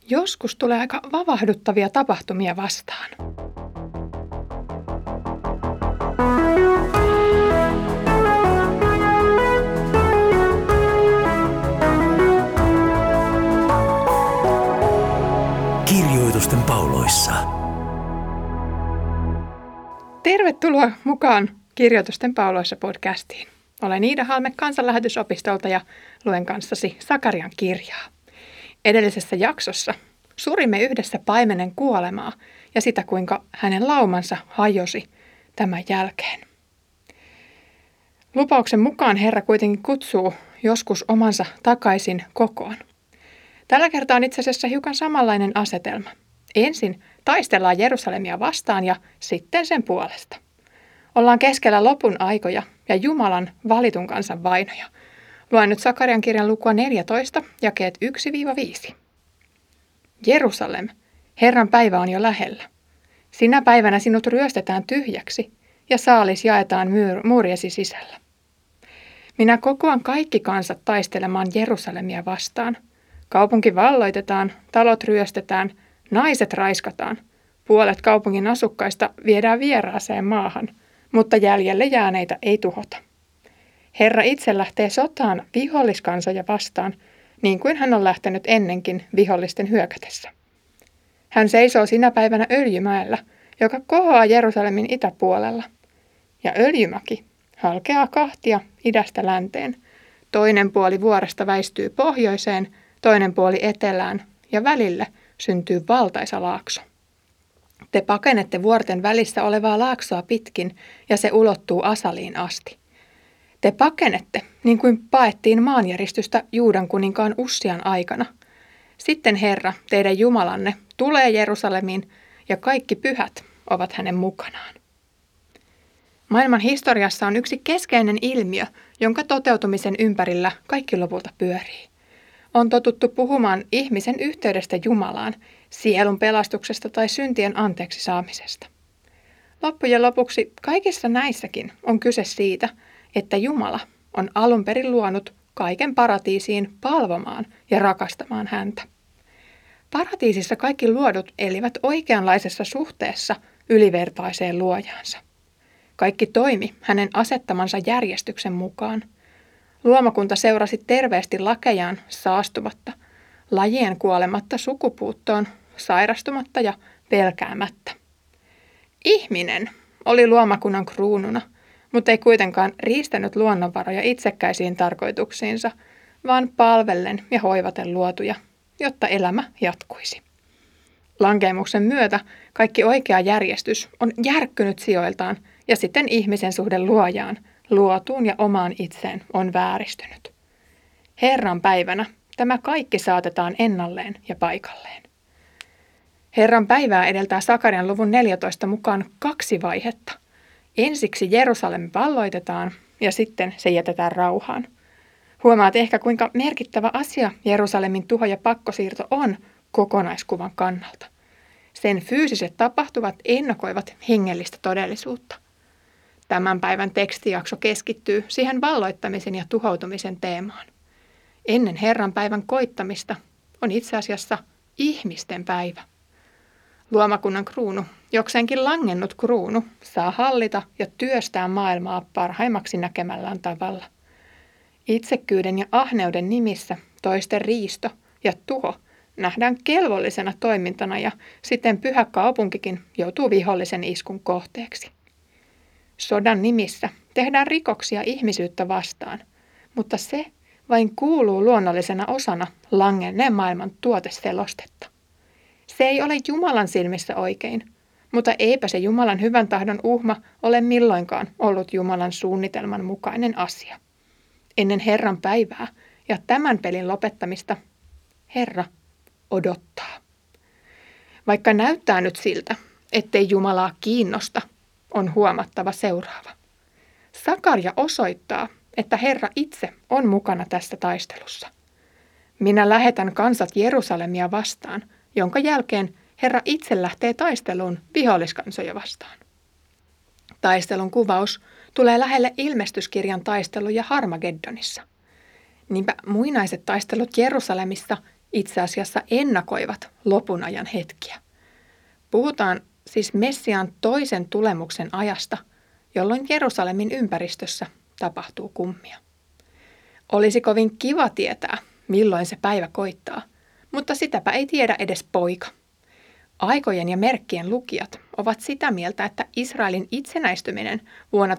Joskus tulee aika vavahduttavia tapahtumia vastaan. Kirjoitusten pauloissa. Tervetuloa mukaan Kirjoitusten pauloissa podcastiin. Olen Iida Halme Kansanlähetysopistolta ja luen kanssasi Sakarian kirjaa. Edellisessä jaksossa surimme yhdessä paimenen kuolemaa ja sitä, kuinka hänen laumansa hajosi tämän jälkeen. Lupauksen mukaan Herra kuitenkin kutsuu joskus omansa takaisin kokoon. Tällä kertaa on itse asiassa hiukan samanlainen asetelma. Ensin taistellaan Jerusalemia vastaan ja sitten sen puolesta. Ollaan keskellä lopun aikoja ja Jumalan valitun kansan vainoja. Luen nyt Sakarian kirjan lukua 14, jakeet 1-5. Jerusalem, Herran päivä on jo lähellä. Sinä päivänä sinut ryöstetään tyhjäksi ja saalis jaetaan muuriesi sisällä. Minä kokoan kaikki kansat taistelemaan Jerusalemia vastaan. Kaupunki valloitetaan, talot ryöstetään, naiset raiskataan. Puolet kaupungin asukkaista viedään vieraaseen maahan, mutta jäljelle jääneitä ei tuhota. Herra itse lähtee sotaan viholliskansoja vastaan, niin kuin hän on lähtenyt ennenkin vihollisten hyökätessä. Hän seisoo sinä päivänä Öljymäellä, joka kohoaa Jerusalemin itäpuolella. Ja Öljymäki halkeaa kahtia idästä länteen. Toinen puoli vuoresta väistyy pohjoiseen, toinen puoli etelään ja välille syntyy valtaisa laakso. Te pakenette vuorten välissä olevaa laaksoa pitkin ja se ulottuu Asaliin asti. Te pakenette, niin kuin paettiin maanjäristystä Juudan kuninkaan Ussian aikana. Sitten Herra, teidän Jumalanne, tulee Jerusalemiin ja kaikki pyhät ovat hänen mukanaan. Maailman historiassa on yksi keskeinen ilmiö, jonka toteutumisen ympärillä kaikki lopulta pyörii. On totuttu puhumaan ihmisen yhteydestä Jumalaan, sielun pelastuksesta tai syntien anteeksi saamisesta. Loppujen lopuksi kaikissa näissäkin on kyse siitä, että Jumala on alun perin luonut kaiken paratiisiin palvomaan ja rakastamaan häntä. Paratiisissa kaikki luodut elivät oikeanlaisessa suhteessa ylivertaiseen luojaansa. Kaikki toimi hänen asettamansa järjestyksen mukaan. Luomakunta seurasi terveesti lakejaan saastumatta, lajien kuolematta sukupuuttoon, sairastumatta ja pelkäämättä. Ihminen oli luomakunnan kruununa, mutta ei kuitenkaan riistänyt luonnonvaroja itsekkäisiin tarkoituksiinsa, vaan palvellen ja hoivaten luotuja, jotta elämä jatkuisi. Lankeemuksen myötä kaikki oikea järjestys on järkkynyt sijoiltaan ja siten ihmisen suhde luojaan, luotuun ja omaan itseen on vääristynyt. Herran päivänä tämä kaikki saatetaan ennalleen ja paikalleen. Herran päivää edeltää Sakarian luvun 14 mukaan 2 vaihetta. Ensiksi Jerusalem valloitetaan ja sitten se jätetään rauhaan. Huomaat ehkä, kuinka merkittävä asia Jerusalemin tuho ja pakkosiirto on kokonaiskuvan kannalta. Sen fyysiset tapahtuvat ennakoivat hengellistä todellisuutta. Tämän päivän tekstijakso keskittyy siihen valloittamisen ja tuhoutumisen teemaan. Ennen Herran päivän koittamista on itse asiassa ihmisten päivä. Luomakunnan kruunu, jokseenkin langennut kruunu, saa hallita ja työstää maailmaa parhaimmaksi näkemällään tavalla. Itsekkyyden ja ahneuden nimissä toisten riisto ja tuho nähdään kelvollisena toimintana ja siten pyhä kaupunkikin joutuu vihollisen iskun kohteeksi. Sodan nimissä tehdään rikoksia ihmisyyttä vastaan, mutta se vain kuuluu luonnollisena osana langenneen maailman tuoteselostetta. Se ei ole Jumalan silmissä oikein, mutta eipä se Jumalan hyvän tahdon uhma ole milloinkaan ollut Jumalan suunnitelman mukainen asia. Ennen Herran päivää ja tämän pelin lopettamista Herra odottaa. Vaikka näyttää nyt siltä, ettei Jumalaa kiinnosta, on huomattava seuraava. Sakaria osoittaa, että Herra itse on mukana tässä taistelussa. Minä lähetän kansat Jerusalemia vastaan, jonka jälkeen Herra itse lähtee taisteluun viholliskansoja vastaan. Taistelun kuvaus tulee lähelle ilmestyskirjan taisteluja Harmageddonissa. Niinpä muinaiset taistelut Jerusalemissa itse asiassa ennakoivat lopun ajan hetkiä. Puhutaan siis Messiaan toisen tulemuksen ajasta, jolloin Jerusalemin ympäristössä tapahtuu kummia. Olisi kovin kiva tietää, milloin se päivä koittaa, mutta sitäpä ei tiedä edes poika. Aikojen ja merkkien lukijat ovat sitä mieltä, että Israelin itsenäistyminen vuonna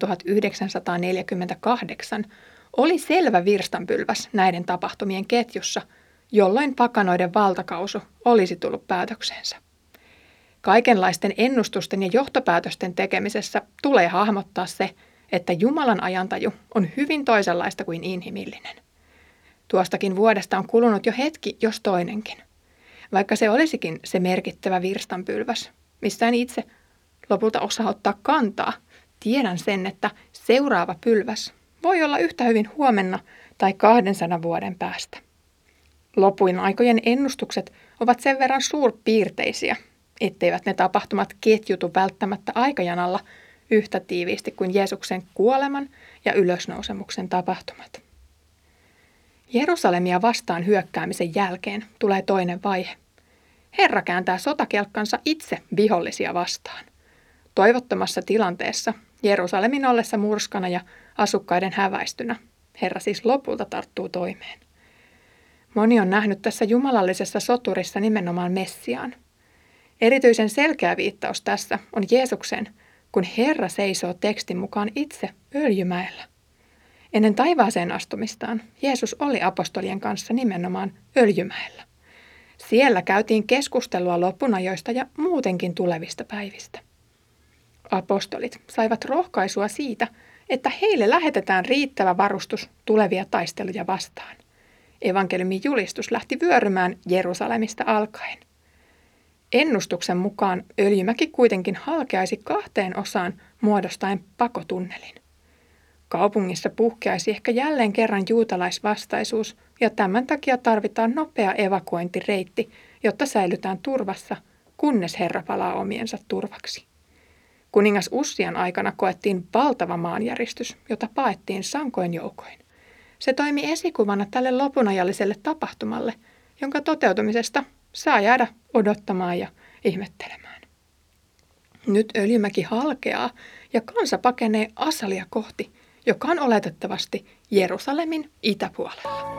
1948 oli selvä virstanpylväs näiden tapahtumien ketjussa, jolloin pakanoiden valtakausu olisi tullut päätökseensä. Kaikenlaisten ennustusten ja johtopäätösten tekemisessä tulee hahmottaa se, että Jumalan ajantaju on hyvin toisenlaista kuin inhimillinen. Tuostakin vuodesta on kulunut jo hetki, jos toinenkin. Vaikka se olisikin se merkittävä virstanpylväs, mistä en itse lopulta osaa ottaa kantaa, tiedän sen, että seuraava pylväs voi olla yhtä hyvin huomenna tai 200 vuoden päästä. Lopuin aikojen ennustukset ovat sen verran suurpiirteisiä, etteivät ne tapahtumat ketjutu välttämättä aikajanalla yhtä tiiviisti kuin Jeesuksen kuoleman ja ylösnousemuksen tapahtumat. Jerusalemia vastaan hyökkäämisen jälkeen tulee toinen vaihe. Herra kääntää sotakelkkansa itse vihollisia vastaan. Toivottomassa tilanteessa, Jerusalemin ollessa murskana ja asukkaiden häväistynä, Herra siis lopulta tarttuu toimeen. Moni on nähnyt tässä jumalallisessa soturissa nimenomaan Messiaan. Erityisen selkeä viittaus tässä on Jeesuksen, kun Herra seisoo tekstin mukaan itse Öljymäellä. Ennen taivaaseen astumistaan Jeesus oli apostolien kanssa nimenomaan Öljymäellä. Siellä käytiin keskustelua lopunajoista ja muutenkin tulevista päivistä. Apostolit saivat rohkaisua siitä, että heille lähetetään riittävä varustus tulevia taisteluja vastaan. Evankeliumin julistus lähti vyörymään Jerusalemista alkaen. Ennustuksen mukaan Öljymäki kuitenkin halkeaisi 2 osaan muodostaen pakotunnelin. Kaupungissa puhkeaisi ehkä jälleen kerran juutalaisvastaisuus ja tämän takia tarvitaan nopea evakuointireitti, jotta säilytään turvassa, kunnes Herra palaa omiensa turvaksi. Kuningas Ussian aikana koettiin valtava maanjäristys, jota paettiin sankoin joukoin. Se toimi esikuvana tälle lopunajalliselle tapahtumalle, jonka toteutumisesta saa jäädä odottamaan ja ihmettelemään. Nyt Öljymäki halkeaa ja kansa pakenee Asalia kohti, joka on oletettavasti Jerusalemin itäpuolella.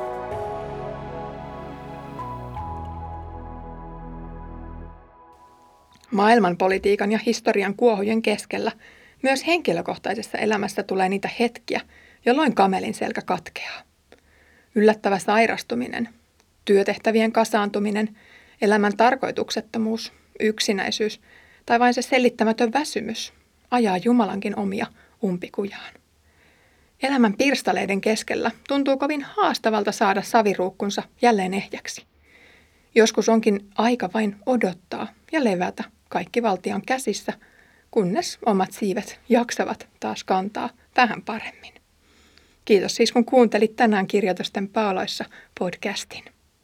Maailmanpolitiikan ja historian kuohujen keskellä myös henkilökohtaisessa elämässä tulee niitä hetkiä, jolloin kamelin selkä katkeaa. Yllättävä sairastuminen, työtehtävien kasaantuminen, elämän tarkoituksettomuus, yksinäisyys tai vain se selittämätön väsymys ajaa Jumalankin omia umpikujaan. Elämän pirstaleiden keskellä tuntuu kovin haastavalta saada saviruukkunsa jälleen ehjäksi. Joskus onkin aika vain odottaa ja levätä kaikki valtion käsissä, kunnes omat siivet jaksavat taas kantaa vähän paremmin. Kiitos siis kun kuuntelit tänään Kirjoitusten pauloissa podcastin.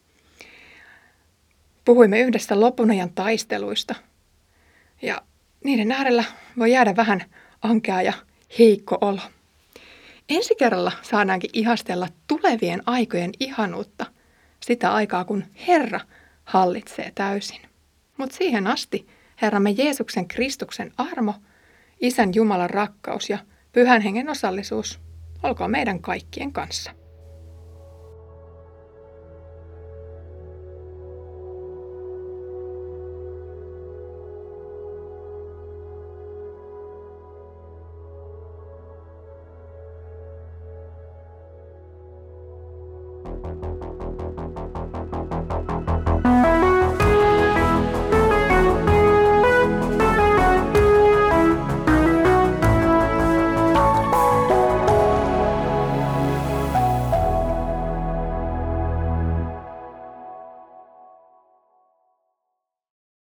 Puhuimme yhdessä lopunajan taisteluista ja niiden äärellä voi jäädä vähän ankea ja heikko olo. Ensi kerralla saadaankin ihastella tulevien aikojen ihanuutta, sitä aikaa kun Herra hallitsee täysin. Mutta siihen asti Herramme Jeesuksen Kristuksen armo, Isän Jumalan rakkaus ja Pyhän Hengen osallisuus olkoon meidän kaikkien kanssa.